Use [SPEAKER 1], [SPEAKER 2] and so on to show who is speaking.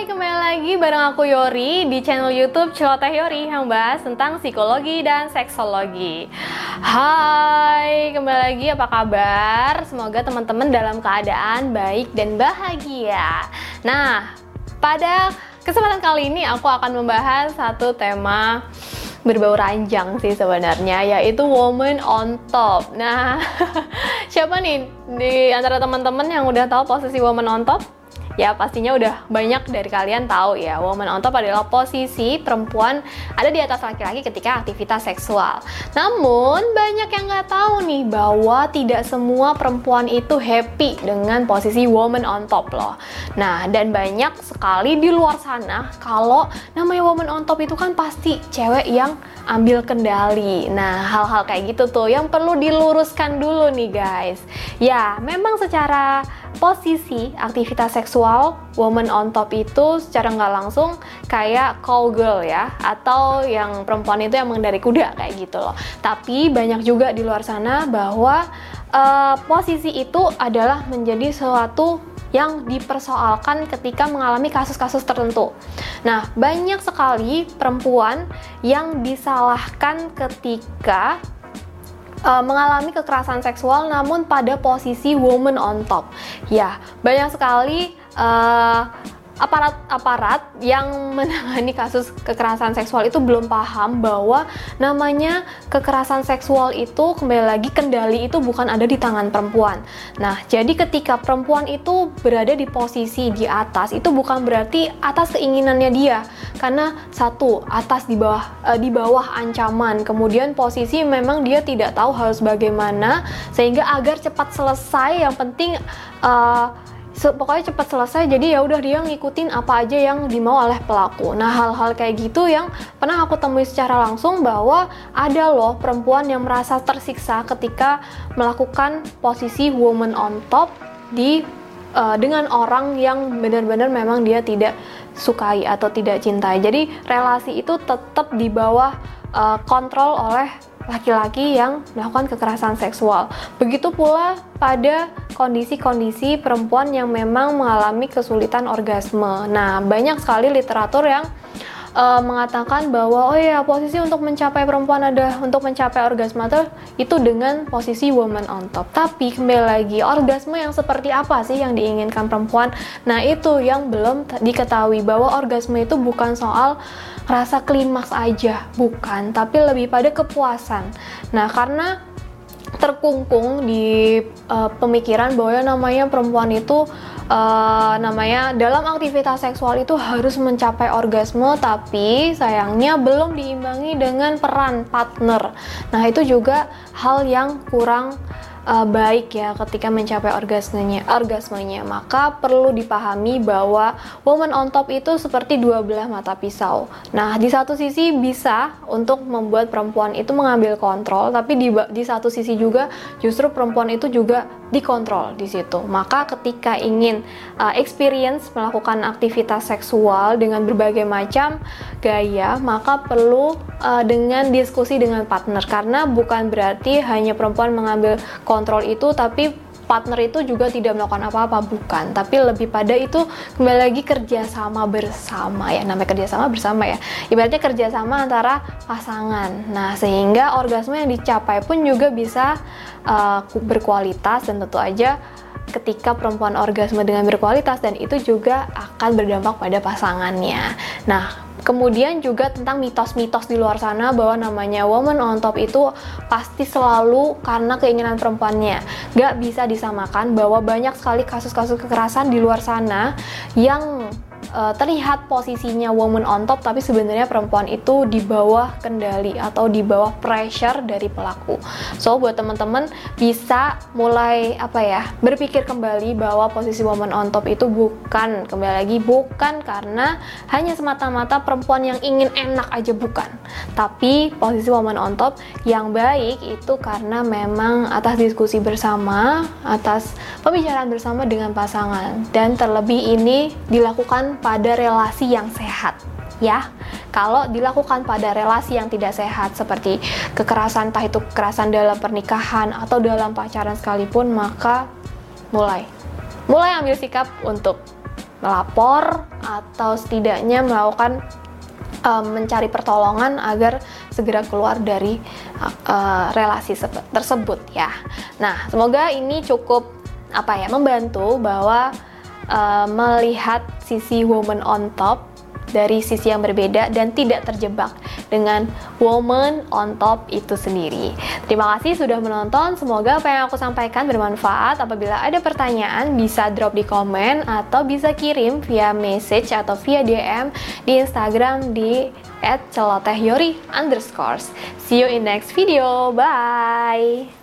[SPEAKER 1] kembali lagi bareng aku Yori di channel YouTube Celoteh Yori yang bahas tentang psikologi dan seksologi. Hai, kembali lagi, apa kabar? Semoga teman-teman dalam keadaan baik dan bahagia. Nah, pada kesempatan kali ini aku akan membahas satu tema berbau ranjang sih sebenarnya, yaitu woman on top. Nah, siapa nih di antara teman-teman yang udah tahu posisi woman on top? Ya pastinya udah banyak dari kalian tahu ya, woman on top adalah posisi perempuan ada di atas laki-laki ketika aktivitas seksual. Namun banyak yang nggak tahu nih bahwa tidak semua perempuan itu happy dengan posisi woman on top loh. Nah, dan banyak sekali di luar sana kalau namanya woman on top itu kan pasti cewek yang ambil kendali. Nah, hal-hal kayak gitu tuh yang perlu diluruskan dulu nih guys. Ya, memang secara posisi aktivitas seksual woman on top itu secara nggak langsung kayak cowgirl ya, atau yang perempuan itu yang mengendari kuda kayak gitu loh. Tapi banyak juga di luar sana bahwa posisi itu adalah menjadi sesuatu yang dipersoalkan ketika mengalami kasus-kasus tertentu. Nah, banyak sekali perempuan yang disalahkan ketika mengalami kekerasan seksual namun pada posisi woman on top. Ya, banyak sekali aparat-aparat yang menangani kasus kekerasan seksual itu belum paham bahwa namanya kekerasan seksual itu kembali lagi kendali itu bukan ada di tangan perempuan. Nah, jadi ketika perempuan itu berada di posisi di atas itu bukan berarti atas keinginannya dia, karena satu atas di bawah ancaman, kemudian posisi memang dia tidak tahu harus bagaimana sehingga agar cepat selesai, yang penting pokoknya cepat selesai, jadi ya udah dia ngikutin apa aja yang dimau oleh pelaku. Nah, hal-hal kayak gitu yang pernah aku temui secara langsung, bahwa ada loh perempuan yang merasa tersiksa ketika melakukan posisi woman on top dengan orang yang benar-benar memang dia tidak sukai atau tidak cintai. Jadi relasi itu tetap di bawah kontrol oleh laki-laki yang melakukan kekerasan seksual. Begitu pula pada kondisi-kondisi perempuan yang memang mengalami kesulitan orgasme. Nah, banyak sekali literatur yang mengatakan bahwa posisi untuk mencapai perempuan untuk mencapai orgasme itu dengan posisi woman on top. Tapi kembali lagi, orgasme yang seperti apa sih yang diinginkan perempuan? Nah, itu yang belum diketahui, bahwa orgasme itu bukan soal rasa klimaks aja, bukan, tapi lebih pada kepuasan. Nah, karena terkungkung di pemikiran bahwa namanya perempuan itu dalam aktivitas seksual itu harus mencapai orgasme, tapi sayangnya belum diimbangi dengan peran partner. Nah, itu juga hal yang kurang baik ya ketika mencapai orgasmenya. Maka perlu dipahami bahwa woman on top itu seperti dua belah mata pisau. Nah, di satu sisi bisa untuk membuat perempuan itu mengambil kontrol, tapi di satu sisi juga justru perempuan itu juga dikontrol di situ. Maka ketika ingin experience melakukan aktivitas seksual dengan berbagai macam gaya, maka perlu dengan diskusi dengan partner, karena bukan berarti hanya perempuan mengambil kontrol itu tapi partner itu juga tidak melakukan apa-apa, bukan, tapi lebih pada itu kembali lagi kerjasama bersama ya, namanya kerjasama bersama ya, ibaratnya kerjasama antara pasangan. Nah, sehingga orgasme yang dicapai pun juga bisa berkualitas, dan tentu aja ketika perempuan orgasme dengan berkualitas, dan itu juga akan berdampak pada pasangannya. Nah, kemudian juga tentang mitos-mitos di luar sana bahwa namanya woman on top itu pasti selalu karena keinginan perempuannya. Gak bisa disamakan bahwa banyak sekali kasus-kasus kekerasan di luar sana yang terlihat posisinya woman on top, tapi sebenarnya perempuan itu di bawah kendali atau di bawah pressure dari pelaku. So, buat teman-teman bisa mulai berpikir kembali bahwa posisi woman on top itu bukan karena hanya semata-mata perempuan yang ingin enak aja, bukan. Tapi posisi woman on top yang baik itu karena memang atas diskusi bersama, atas pembicaraan bersama dengan pasangan, dan terlebih ini dilakukan pada relasi yang sehat ya. Kalau dilakukan pada relasi yang tidak sehat seperti kekerasan, entah itu kekerasan dalam pernikahan atau dalam pacaran sekalipun, maka mulai ambil sikap untuk melapor atau setidaknya melakukan mencari pertolongan agar segera keluar dari relasi tersebut ya. Nah, semoga ini cukup membantu bahwa melihat sisi woman on top dari sisi yang berbeda dan tidak terjebak dengan woman on top itu sendiri. Terima kasih sudah menonton, semoga apa yang aku sampaikan bermanfaat. Apabila ada pertanyaan bisa drop di komen atau bisa kirim via message atau via DM di Instagram di @celotehyori_. See you in next video, bye!